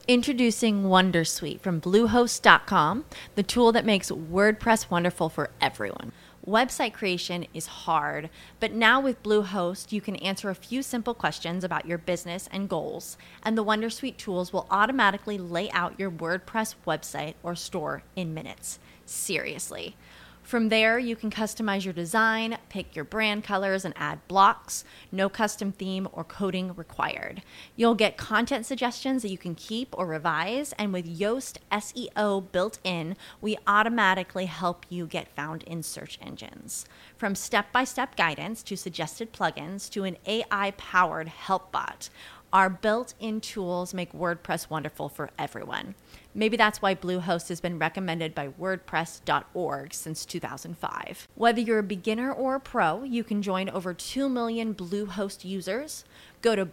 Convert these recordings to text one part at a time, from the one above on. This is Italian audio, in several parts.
Introducing Wondersuite from Bluehost.com, the tool that makes WordPress wonderful for everyone. Website creation is hard, but now with Bluehost, you can answer a few simple questions about your business and goals, and the Wondersuite tools will automatically lay out your WordPress website or store in minutes. Seriously. From there, you can customize your design, pick your brand colors, and add blocks. No custom theme or coding required. You'll get content suggestions that you can keep or revise, and with Yoast SEO built in, we automatically help you get found in search engines. From step-by-step guidance to suggested plugins to an AI-powered help bot, our built-in tools make WordPress wonderful for everyone. Maybe that's why Bluehost has been recommended by WordPress.org since 2005. Whether you're a beginner or a pro, you can join over 2 million Bluehost users. Go to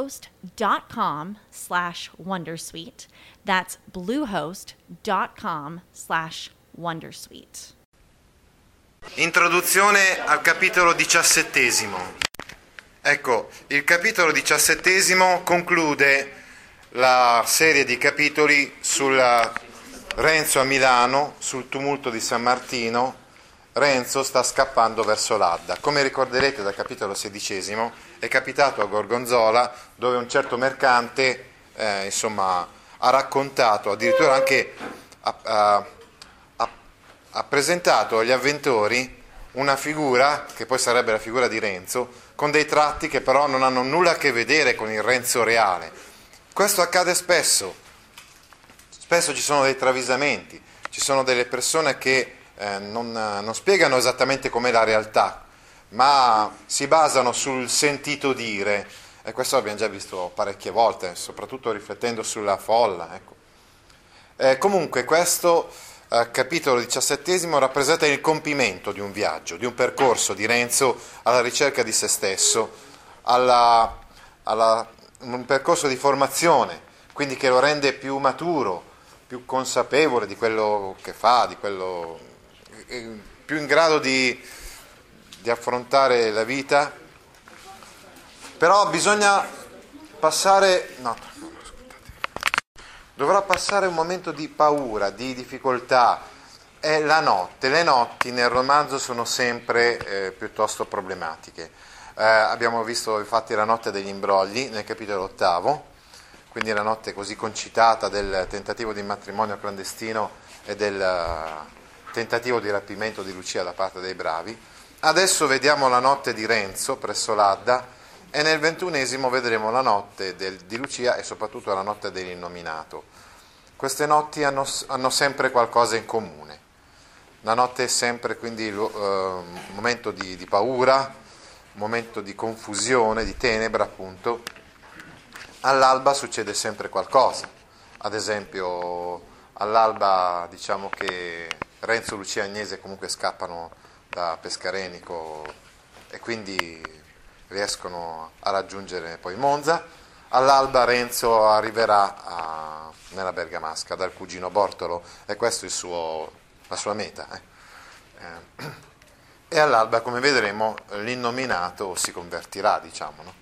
bluehost.com/wondersuite. That's bluehost.com/wondersuite. Introduzione al capitolo 17. Ecco, il capitolo 17 conclude la serie di capitoli sul Renzo a Milano, sul tumulto di San Martino. Renzo sta scappando verso l'Adda. Come ricorderete dal capitolo 16, è capitato a Gorgonzola, dove un certo mercante ha raccontato, addirittura anche ha presentato agli avventori una figura, che poi sarebbe la figura di Renzo, con dei tratti che però non hanno nulla a che vedere con il Renzo reale. Questo accade spesso ci sono dei travisamenti, ci sono delle persone che non spiegano esattamente com'è la realtà, ma si basano sul sentito dire, e questo l'abbiamo già visto parecchie volte, soprattutto riflettendo sulla folla. Ecco. Comunque questo capitolo 17 rappresenta il compimento di un viaggio, di un percorso di Renzo alla ricerca di se stesso, un percorso di formazione, quindi che lo rende più maturo, più consapevole di quello che fa, più in grado di affrontare la vita. Però bisogna dovrà passare un momento di paura, di difficoltà. È la notte. Le notti nel romanzo sono sempre piuttosto problematiche. Abbiamo visto infatti la notte degli imbrogli nel capitolo 8, quindi la notte così concitata del tentativo di matrimonio clandestino e del tentativo di rapimento di Lucia da parte dei bravi. Adesso vediamo la notte di Renzo presso l'Adda, e nel 21 vedremo la notte di Lucia e soprattutto la notte dell'innominato. Queste notti hanno sempre qualcosa in comune. La notte è sempre quindi un momento di paura, un momento di confusione, di tenebra appunto. All'alba succede sempre qualcosa. Ad esempio all'alba diciamo che Renzo, Lucia e Agnese comunque scappano da Pescarenico e quindi riescono a raggiungere poi Monza. All'alba Renzo arriverà nella Bergamasca dal cugino Bortolo, e questo è la sua meta. E all'alba, come vedremo, l'innominato si convertirà, diciamo. No?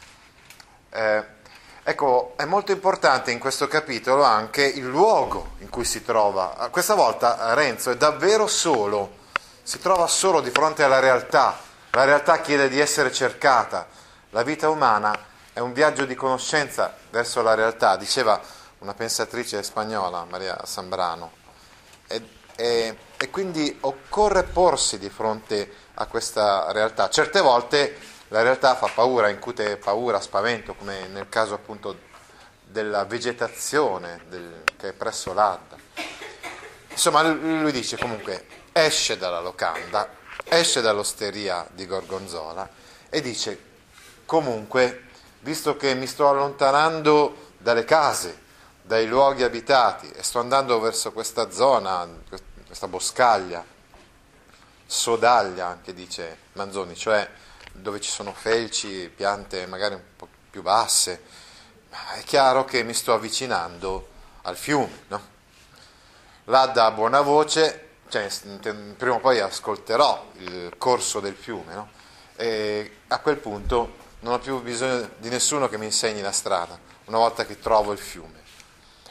Ecco, è molto importante in questo capitolo anche il luogo in cui si trova. Questa volta Renzo è davvero solo, si trova solo di fronte alla realtà. La realtà chiede di essere cercata. La vita umana è un viaggio di conoscenza verso la realtà, diceva una pensatrice spagnola, Maria Zambrano. E quindi occorre porsi di fronte a questa realtà. Certe volte la realtà fa paura, incute paura, spavento, come nel caso appunto della vegetazione che è presso l'Adda. Insomma, lui dice comunque, esce dalla locanda, esce dall'osteria di Gorgonzola e dice, comunque, visto che mi sto allontanando dalle case, dai luoghi abitati, e sto andando verso questa zona, questa boscaglia, sodaglia anche dice Manzoni, cioè dove ci sono felci, piante magari un po' più basse, ma è chiaro che mi sto avvicinando al fiume, no? L'Adda ha buona voce, cioè, prima o poi ascolterò il corso del fiume, no? E a quel punto non ho più bisogno di nessuno che mi insegni la strada, una volta che trovo il fiume.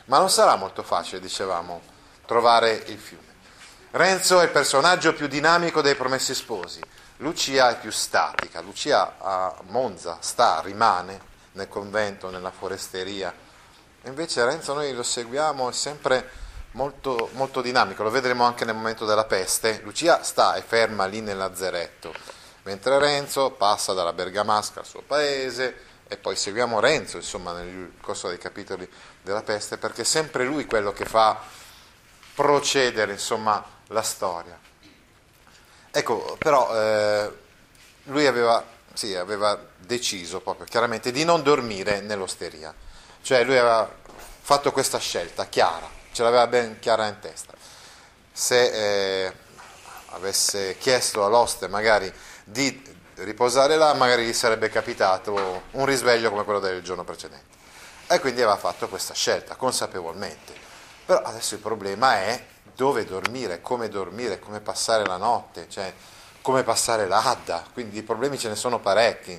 ma non sarà molto facile, dicevamo, trovare il fiume. Renzo è il personaggio più dinamico dei Promessi Sposi, Lucia è più statica, Lucia a Monza rimane nel convento, nella foresteria, e invece Renzo noi lo seguiamo, è sempre molto, molto dinamico, lo vedremo anche nel momento della peste. Lucia è ferma lì nel lazzeretto, mentre Renzo passa dalla Bergamasca al suo paese, e poi seguiamo Renzo, insomma, nel corso dei capitoli della peste, perché è sempre lui quello che fa procedere, insomma, la storia. Ecco, però lui aveva deciso proprio chiaramente di non dormire nell'osteria, cioè lui aveva fatto questa scelta chiara, ce l'aveva ben chiara in testa. Se avesse chiesto all'oste magari di riposare là, magari gli sarebbe capitato un risveglio come quello del giorno precedente, e quindi aveva fatto questa scelta consapevolmente. Però adesso il problema è dove dormire, come passare la notte, cioè come passare l'Adda, quindi i problemi ce ne sono parecchi.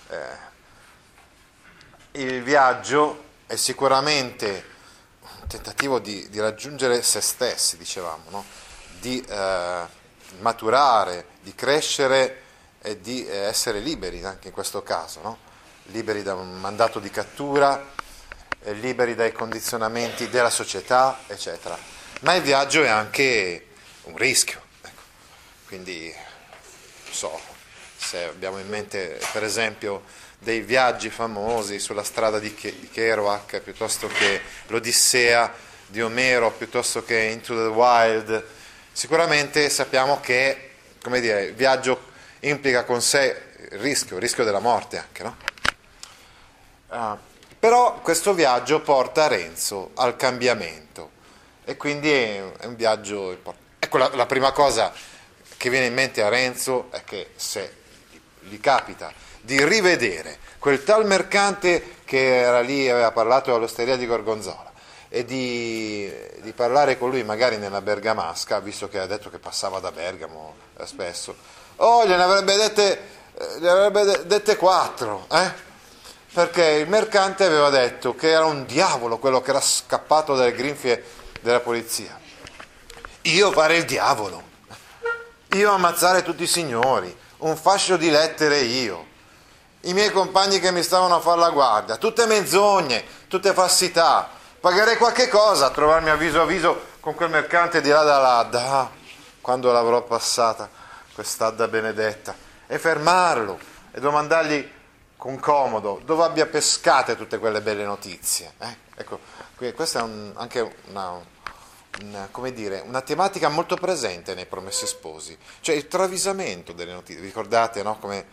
Il viaggio è sicuramente un tentativo di raggiungere se stessi, dicevamo, no? Di maturare, di crescere e di essere liberi anche in questo caso, no? Liberi da un mandato di cattura, liberi dai condizionamenti della società, eccetera. Ma il viaggio è anche un rischio, ecco. Quindi, non so, se abbiamo in mente per esempio dei viaggi famosi sulla strada di Kerouac, piuttosto che l'Odissea di Omero, piuttosto che Into the Wild, sicuramente sappiamo che, come dire, il viaggio implica con sé il rischio della morte anche, no? Però questo viaggio porta Renzo al cambiamento, e quindi è un viaggio importante. Ecco, la prima cosa che viene in mente a Renzo è che se gli capita di rivedere quel tal mercante che era lì, aveva parlato all'osteria di Gorgonzola, e di parlare con lui magari nella Bergamasca, visto che ha detto che passava da Bergamo spesso, gliene avrebbe dette 4, perché il mercante aveva detto che era un diavolo quello che era scappato dalle grinfie della polizia. Io fare il diavolo, io ammazzare tutti i signori, un fascio di lettere io, i miei compagni che mi stavano a fare la guardia, tutte menzogne, tutte falsità, pagherei qualche cosa a trovarmi a viso con quel mercante di là dall'Adda, quando l'avrò passata quest'Adda benedetta, e fermarlo e domandargli con comodo dove abbia pescate tutte quelle belle notizie. Ecco, questa è anche una tematica molto presente nei Promessi Sposi, cioè il travisamento delle notizie. Ricordate, no? Come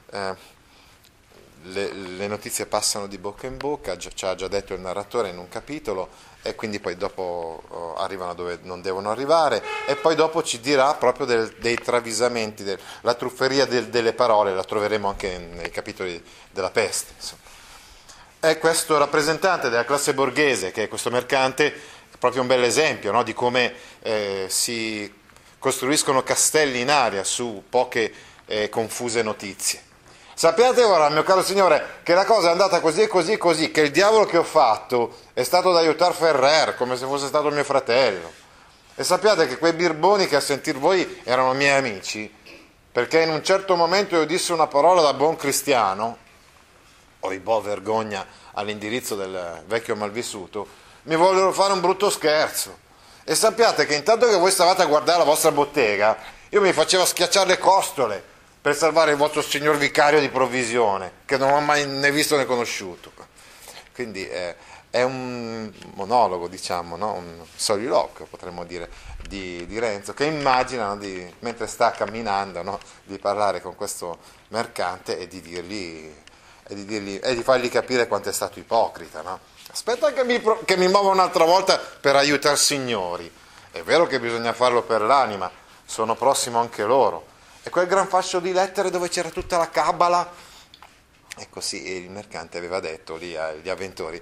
le notizie passano di bocca in bocca, ci ha già detto il narratore in un capitolo, e quindi poi dopo arrivano dove non devono arrivare, e poi dopo ci dirà proprio dei travisamenti, la trufferia delle parole, la troveremo anche nei capitoli della peste, insomma. È questo rappresentante della classe borghese, che è questo mercante, è proprio un bel esempio, no? Di come si costruiscono castelli in aria su poche confuse notizie. Sappiate ora, mio caro signore, che la cosa è andata così e così e così, che il diavolo che ho fatto è stato ad aiutare Ferrer, come se fosse stato mio fratello. E sappiate che quei birboni che a sentir voi erano miei amici, perché in un certo momento io dissi una parola da buon cristiano, oibò vergogna all'indirizzo del vecchio malvissuto, mi vollero fare un brutto scherzo. E sappiate che intanto che voi stavate a guardare la vostra bottega, io mi facevo schiacciare le costole per salvare il vostro signor vicario di provvisione, che non ho mai né visto né conosciuto. Quindi è un monologo, diciamo, no? Un soliloquio, potremmo dire, di Renzo, che immagina, no? Mentre sta camminando, no? Di parlare con questo mercante e di fargli capire quanto è stato ipocrita, no? Aspetta che mi muova un'altra volta per aiutare signori. È vero che bisogna farlo per l'anima, sono prossimo anche loro. E quel gran fascio di lettere dove c'era tutta la cabala, ecco sì, il mercante aveva detto lì agli avventori,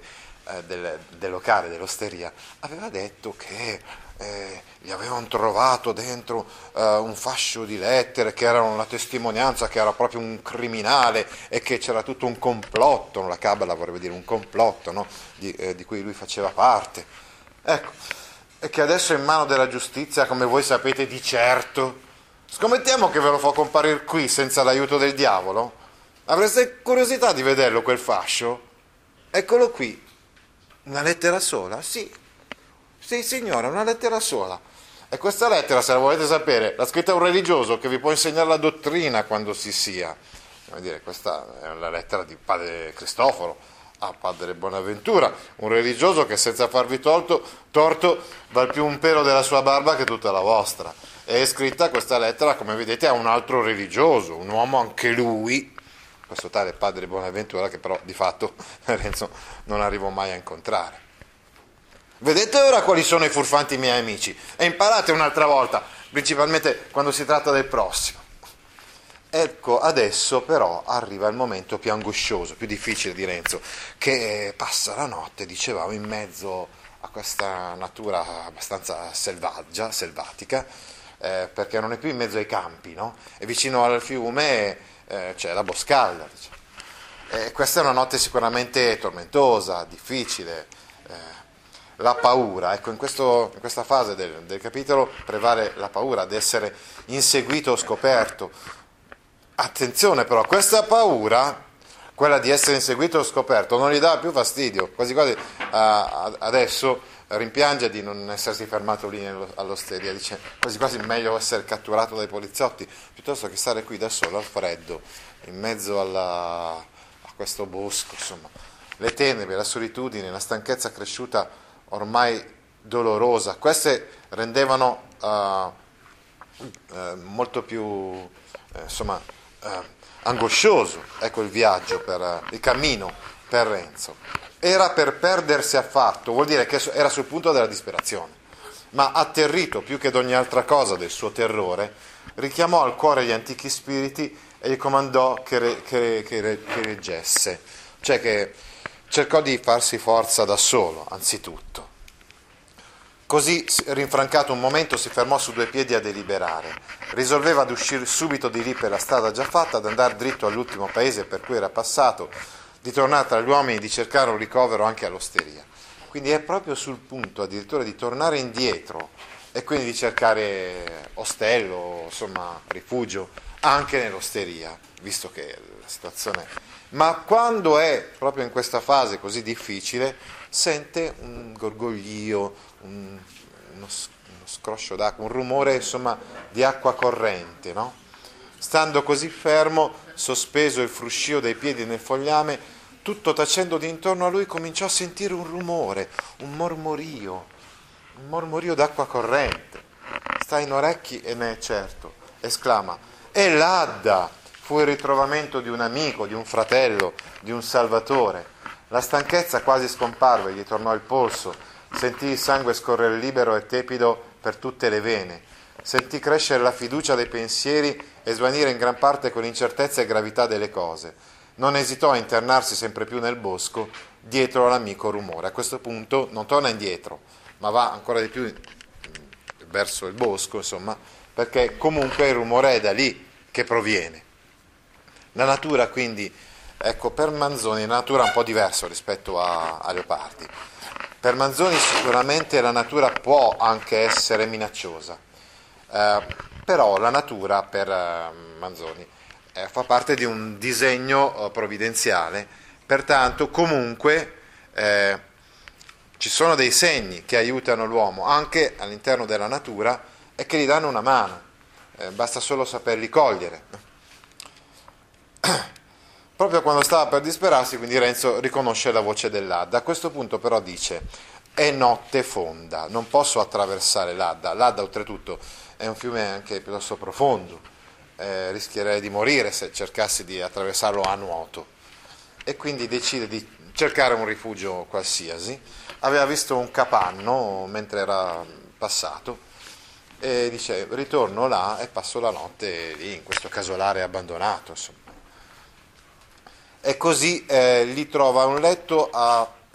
del locale, dell'osteria, aveva detto che gli avevano trovato dentro un fascio di lettere che erano una testimonianza che era proprio un criminale e che c'era tutto un complotto, la cabala vorrebbe dire un complotto, no? di cui lui faceva parte. Ecco, e che adesso è in mano della giustizia, come voi sapete di certo. Scommettiamo che ve lo fa comparire qui senza l'aiuto del diavolo? Avreste curiosità di vederlo quel fascio? Eccolo qui. Una lettera sola? Sì. Sì, signora, una lettera sola. E questa lettera, se la volete sapere, l'ha scritta un religioso che vi può insegnare la dottrina quando si sia. Vuol dire, questa è la lettera di padre Cristoforo a padre Bonaventura, un religioso che senza farvi torto val più un pelo della sua barba che tutta la vostra. È scritta questa lettera, come vedete, a un altro religioso, un uomo anche lui, questo tale padre Bonaventura, che però di fatto Renzo non arrivò mai a incontrare. Vedete ora quali sono i furfanti miei amici e imparate un'altra volta, principalmente quando si tratta del prossimo. Ecco, adesso però arriva il momento più angoscioso, più difficile di Renzo, che passa la notte, dicevamo, in mezzo a questa natura abbastanza selvatica, perché non è più in mezzo ai campi, no? E vicino al fiume c'è la boscaglia. Diciamo. Questa è una notte sicuramente tormentosa, difficile. La paura, ecco, in questa fase del capitolo prevale la paura di essere inseguito o scoperto. Attenzione però, questa paura, quella di essere inseguito o scoperto, non gli dà più fastidio, quasi adesso rimpiange di non essersi fermato lì all'osteria, dice quasi meglio essere catturato dai poliziotti piuttosto che stare qui da solo al freddo, in mezzo a questo bosco, insomma, le tenebre, la solitudine, la stanchezza cresciuta ormai dolorosa, queste rendevano molto più angoscioso, ecco, il viaggio, il cammino per Renzo. Era per perdersi affatto, vuol dire che era sul punto della disperazione, ma atterrito più che d'ogni altra cosa del suo terrore, richiamò al cuore gli antichi spiriti e gli comandò che reggesse, cioè che cercò di farsi forza da solo, anzitutto. Così, rinfrancato un momento, si fermò su due piedi a deliberare. Risolveva di uscire subito di lì per la strada già fatta, ad andare dritto all'ultimo paese per cui era passato, di tornare tra gli uomini, di cercare un ricovero anche all'osteria. Quindi è proprio sul punto addirittura di tornare indietro e quindi di cercare ostello, insomma, rifugio, anche nell'osteria, visto che la situazione... Ma quando è proprio in questa fase così difficile, sente un gorgoglio, uno scroscio d'acqua, un rumore, insomma, di acqua corrente, no? Stando così fermo, sospeso il fruscio dei piedi nel fogliame, tutto tacendo d'intorno a lui, cominciò a sentire un rumore, un mormorio d'acqua corrente. Sta in orecchi e ne è certo. Esclama: «È l'Adda!» Fu il ritrovamento di un amico, di un fratello, di un salvatore. La stanchezza quasi scomparve, gli tornò il polso, sentì il sangue scorrere libero e tepido per tutte le vene, sentì crescere la fiducia dei pensieri e svanire in gran parte quell'incertezza e gravità delle cose. Non esitò a internarsi sempre più nel bosco, dietro all'amico rumore. A questo punto non torna indietro, ma va ancora di più verso il bosco, insomma, perché comunque il rumore è da lì che proviene. La natura quindi, ecco, per Manzoni è una natura un po' diversa rispetto a Leopardi. Per Manzoni sicuramente la natura può anche essere minacciosa, però la natura per Manzoni fa parte di un disegno provvidenziale, pertanto comunque ci sono dei segni che aiutano l'uomo anche all'interno della natura e che gli danno una mano, basta solo saperli cogliere. Proprio quando stava per disperarsi, quindi Renzo riconosce la voce dell'Adda. A questo punto però dice: è notte fonda, non posso attraversare l'Adda. L'Adda oltretutto è un fiume anche piuttosto profondo, rischierei di morire se cercassi di attraversarlo a nuoto, e quindi decide di cercare un rifugio qualsiasi. Aveva visto un capanno mentre era passato e dice: ritorno là e passo la notte lì in questo casolare abbandonato, insomma. E così gli trova un letto a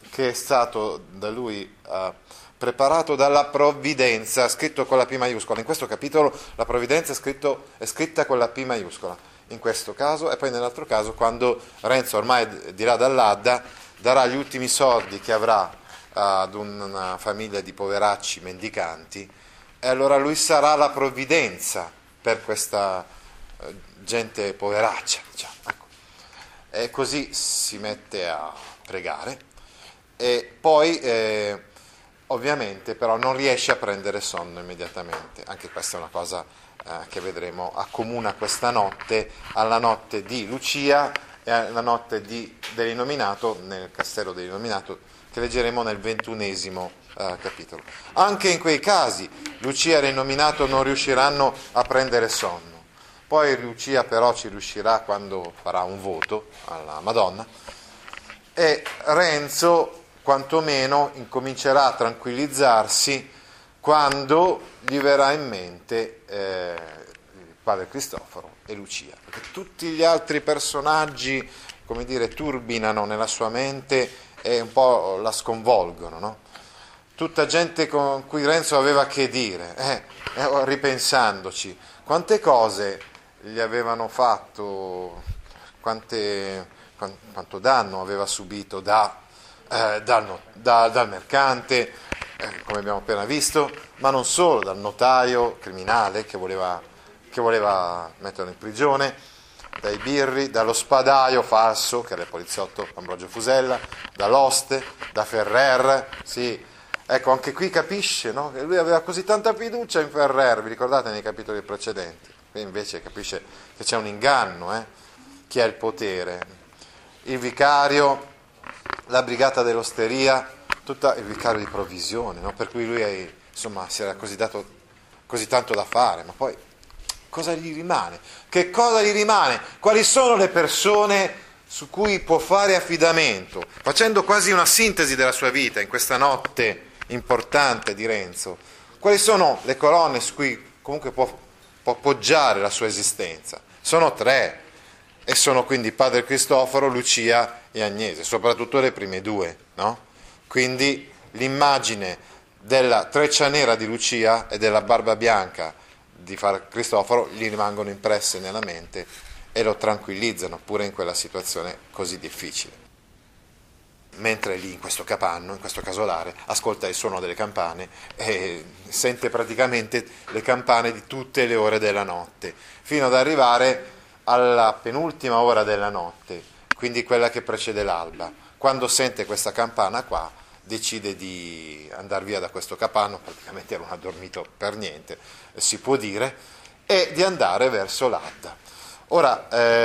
che è stato da lui preparato dalla provvidenza, scritto con la P maiuscola. In questo capitolo la provvidenza è scritta con la P maiuscola, in questo caso, e poi nell'altro caso quando Renzo ormai dirà dall'Adda, darà gli ultimi soldi che avrà ad una famiglia di poveracci mendicanti, e allora lui sarà la provvidenza per questa gente poveraccia, diciamo. Ecco. E così si mette a pregare e poi ovviamente però non riesce a prendere sonno immediatamente. Anche questa è una cosa che vedremo accomuna questa notte alla notte di Lucia e alla notte dell'Innominato nel castello dell'Innominato, che leggeremo nel 21° capitolo. Anche in quei casi Lucia e l'Innominato non riusciranno a prendere sonno. Poi Lucia però ci riuscirà quando farà un voto alla Madonna, e Renzo quantomeno incomincerà a tranquillizzarsi quando gli verrà in mente il padre Cristoforo e Lucia, perché tutti gli altri personaggi, come dire, turbinano nella sua mente e un po' la sconvolgono, no? Tutta gente con cui Renzo aveva che dire, ripensandoci, quante cose gli avevano fatto, quanto danno aveva subito dal mercante, come abbiamo appena visto, ma non solo, dal notaio criminale che voleva metterlo in prigione, dai birri, dallo spadaio falso, che era il poliziotto Ambrogio Fusella, dall'oste, da Ferrer, sì. Ecco, anche qui capisce, no? Che lui aveva così tanta fiducia in Ferrer, vi ricordate nei capitoli precedenti? Qui invece capisce che c'è un inganno, chi ha il potere. Il vicario, la brigata dell'osteria, il vicario di provvisione, no? Per cui lui si era così dato così tanto da fare, ma poi cosa gli rimane? Che cosa gli rimane? Quali sono le persone su cui può fare affidamento? Facendo quasi una sintesi della sua vita in questa notte importante di Renzo, quali sono le colonne su cui comunque può poggiare la sua esistenza? Sono 3, e sono quindi padre Cristoforo, Lucia e Agnese, soprattutto le prime 2, no? Quindi l'immagine della treccia nera di Lucia e della barba bianca di padre Cristoforo gli rimangono impresse nella mente e lo tranquillizzano pure in quella situazione così difficile. Mentre lì in questo capanno, in questo casolare, ascolta il suono delle campane e sente praticamente le campane di tutte le ore della notte, fino ad arrivare alla penultima ora della notte, quindi quella che precede l'alba. Quando sente questa campana qua, decide di andare via da questo capanno, praticamente non ha dormito per niente, si può dire, e di andare verso l'Adda. Ora,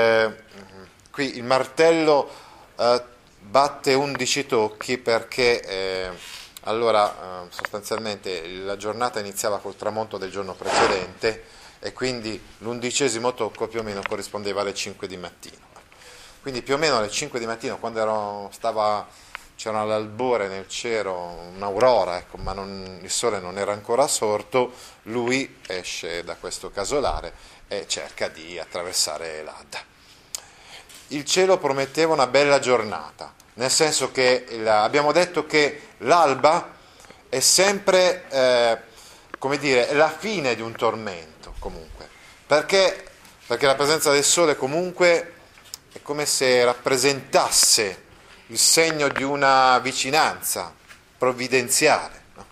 qui il martello batte 11 tocchi perché sostanzialmente la giornata iniziava col tramonto del giorno precedente e quindi l'11° tocco più o meno corrispondeva alle 5 di mattino. Quindi più o meno alle 5 di mattino, quando c'era l'albore nel cielo, un'aurora, ma il sole non era ancora sorto, lui esce da questo casolare e cerca di attraversare l'Adda. Il cielo prometteva una bella giornata, nel senso che abbiamo detto che l'alba è sempre, è la fine di un tormento, comunque, perché la presenza del sole comunque è come se rappresentasse il segno di una vicinanza provvidenziale, no?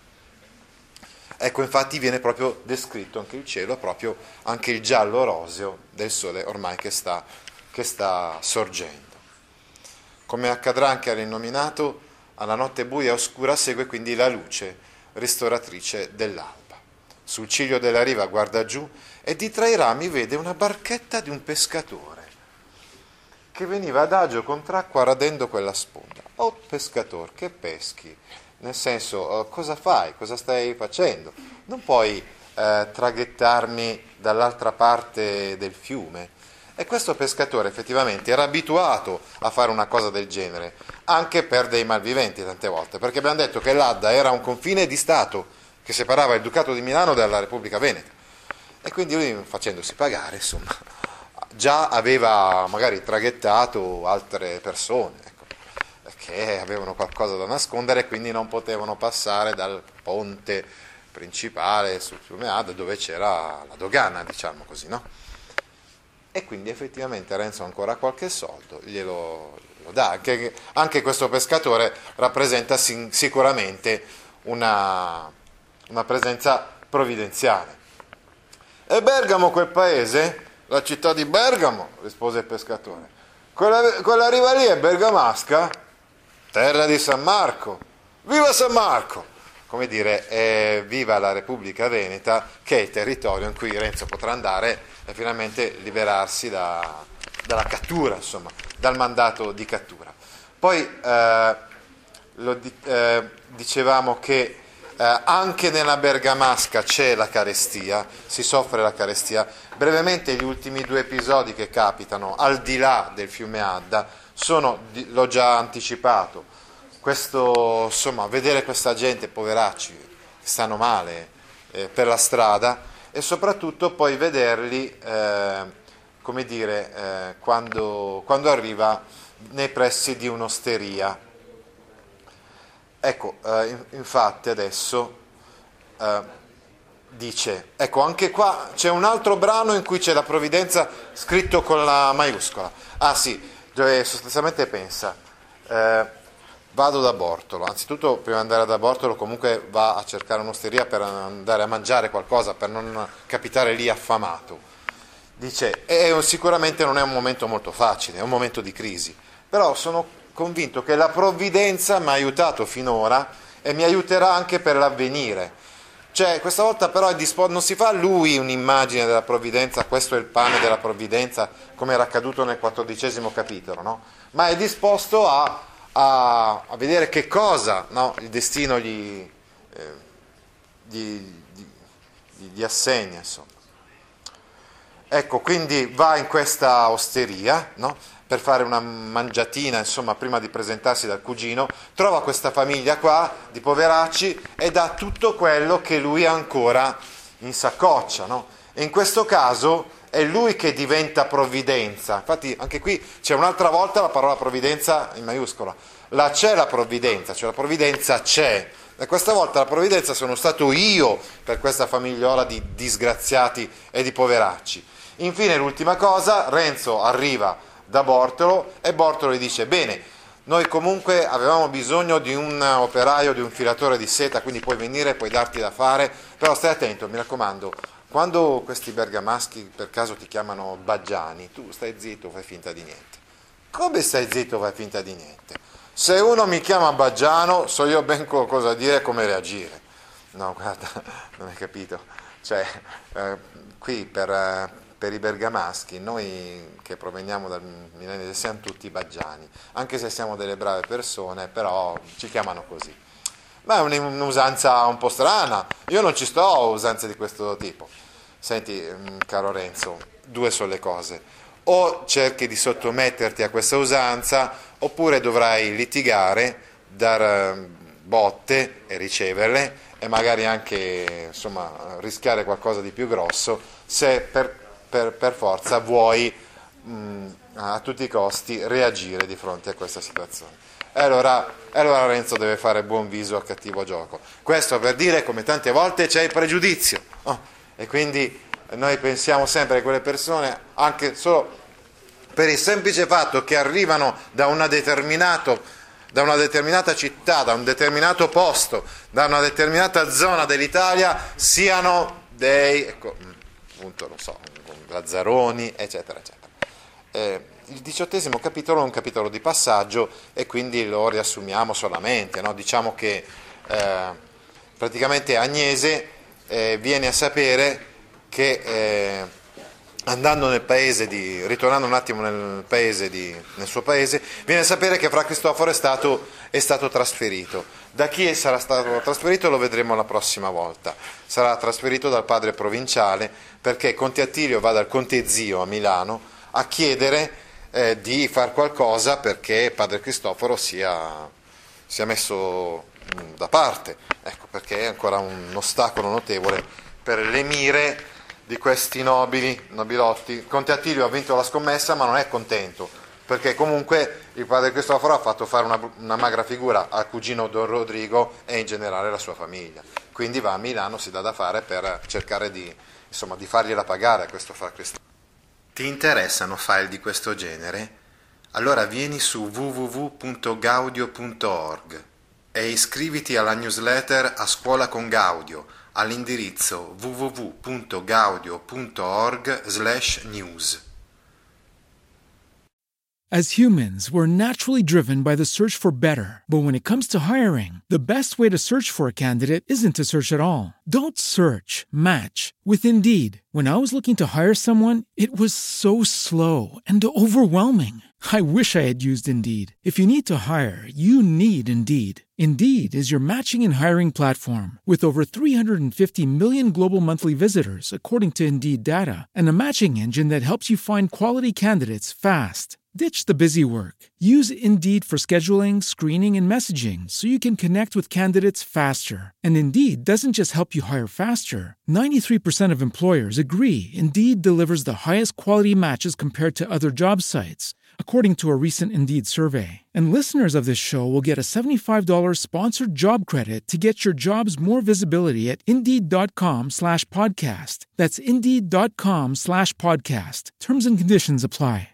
Ecco, infatti viene proprio descritto anche il cielo, proprio anche il giallo roseo del sole ormai che sta sorgendo. Come accadrà anche all'Innominato, alla notte buia e oscura segue quindi la luce ristoratrice dell'alba. Sul ciglio della riva guarda giù e di tra i rami vede una barchetta di un pescatore che veniva adagio contra acqua radendo quella sponda. Oh pescator, che peschi? Nel senso, cosa fai? Cosa stai facendo? Non puoi traghettarmi dall'altra parte del fiume? E questo pescatore effettivamente era abituato a fare una cosa del genere, anche per dei malviventi tante volte, perché abbiamo detto che l'Adda era un confine di Stato che separava il Ducato di Milano dalla Repubblica Veneta. E quindi lui, facendosi pagare, insomma, già aveva magari traghettato altre persone, ecco, che avevano qualcosa da nascondere e quindi non potevano passare dal ponte principale sul fiume Adda dove c'era la dogana, diciamo così, no? E quindi effettivamente Renzo ha ancora qualche soldo, glielo dà. Anche questo pescatore rappresenta sicuramente una presenza provvidenziale. E Bergamo quel paese? La città di Bergamo, rispose il pescatore. Quella riva lì è bergamasca? Terra di San Marco. Viva San Marco! Come dire, viva la Repubblica Veneta, che è il territorio in cui Renzo potrà andare e finalmente liberarsi dalla cattura, insomma, dal mandato di cattura. Poi dicevamo che anche nella bergamasca c'è la carestia, si soffre la carestia. Brevemente gli ultimi 2 episodi che capitano al di là del fiume Adda sono, l'ho già anticipato, questo, insomma, vedere questa gente, poveracci, che stanno male per la strada, e soprattutto poi vederli, come dire, quando arriva nei pressi di un'osteria. Ecco, infatti adesso dice, ecco, anche qua c'è un altro brano in cui c'è la provvidenza scritto con la maiuscola. Ah sì, dove sostanzialmente pensa, vado da Bortolo, anzitutto prima di andare da Bortolo comunque va a cercare un'osteria per andare a mangiare qualcosa, per non capitare lì affamato. Dice, sicuramente non è un momento molto facile, è un momento di crisi, però sono convinto che la provvidenza mi ha aiutato finora e mi aiuterà anche per l'avvenire. Cioè, questa volta però non si fa lui un'immagine della provvidenza, questo è il pane della provvidenza, come era accaduto nel 14° capitolo, no? Ma è disposto a vedere che cosa, no, il destino gli assegna, insomma. Ecco, quindi va in questa osteria, no? Per fare una mangiatina, insomma, prima di presentarsi dal cugino, trova questa famiglia qua di poveracci e dà tutto quello che lui ha ancora in saccoccia, no? E in questo caso è lui che diventa provvidenza. Infatti anche qui c'è un'altra volta la parola provvidenza in maiuscola. Là c'è la provvidenza, cioè la provvidenza c'è. E questa volta la provvidenza sono stato io per questa famigliola di disgraziati e di poveracci. Infine l'ultima cosa, Renzo arriva da Bortolo e Bortolo gli dice, bene, noi comunque avevamo bisogno di un operaio, di un filatore di seta, quindi puoi venire, puoi darti da fare, però stai attento, mi raccomando, quando questi bergamaschi per caso ti chiamano Baggiani, tu stai zitto, fai finta di niente. Come stai zitto, fai finta di niente? Se uno mi chiama Baggiano, so io ben cosa dire e come reagire. No, guarda, non hai capito. Cioè, qui per i bergamaschi, noi che proveniamo dal Milanese siamo tutti baggiani, anche se siamo delle brave persone, però ci chiamano così. Ma è un'usanza un po' strana, io non ci sto a usanze di questo tipo. Senti, caro Renzo, 2 sono le cose: o cerchi di sottometterti a questa usanza, oppure dovrai litigare, dar botte e riceverle, e magari anche, insomma, rischiare qualcosa di più grosso, se per forza vuoi a tutti i costi reagire di fronte a questa situazione. E allora Renzo deve fare buon viso al cattivo gioco. Questo per dire, come tante volte, c'è il pregiudizio, oh, e quindi noi pensiamo sempre che quelle persone, anche solo per il semplice fatto che arrivano da una determinata città, da un determinato posto, da una determinata zona dell'Italia, siano dei, ecco, appunto, non so, Lazzaroni, eccetera, eccetera. Il 18° capitolo è un capitolo di passaggio e quindi lo riassumiamo solamente, no? Diciamo che praticamente Agnese viene a sapere che ritornando un attimo nel suo paese, viene a sapere che Fra Cristoforo è stato trasferito. Da chi sarà stato trasferito lo vedremo la prossima volta. Sarà trasferito dal padre provinciale, perché Conte Attilio va dal Conte Zio a Milano a chiedere di far qualcosa perché padre Cristoforo sia messo da parte, ecco, perché è ancora un ostacolo notevole per le mire di questi nobilotti. Conte Attilio ha vinto la scommessa, ma non è contento, perché comunque il padre Cristoforo ha fatto fare una magra figura al cugino Don Rodrigo e in generale alla sua famiglia, quindi va a Milano, si dà da fare per cercare di fargliela pagare a questo Fra Cristoforo. Ti interessano file di questo genere? Allora vieni su www.gaudio.org e iscriviti alla newsletter A Scuola con Gaudio all'indirizzo www.gaudio.org/news. As humans, we're naturally driven by the search for better. But when it comes to hiring, the best way to search for a candidate isn't to search at all. Don't search, match with Indeed. When I was looking to hire someone, it was so slow and overwhelming. I wish I had used Indeed. If you need to hire, you need Indeed. Indeed is your matching and hiring platform with over 350 million global monthly visitors, according to Indeed data, and a matching engine that helps you find quality candidates fast. Ditch the busy work. Use Indeed for scheduling, screening, and messaging so you can connect with candidates faster. And Indeed doesn't just help you hire faster. 93% of employers agree Indeed delivers the highest quality matches compared to other job sites, according to a recent Indeed survey. And listeners of this show will get a $75 sponsored job credit to get your jobs more visibility at Indeed.com/podcast. That's Indeed.com/podcast. Terms and conditions apply.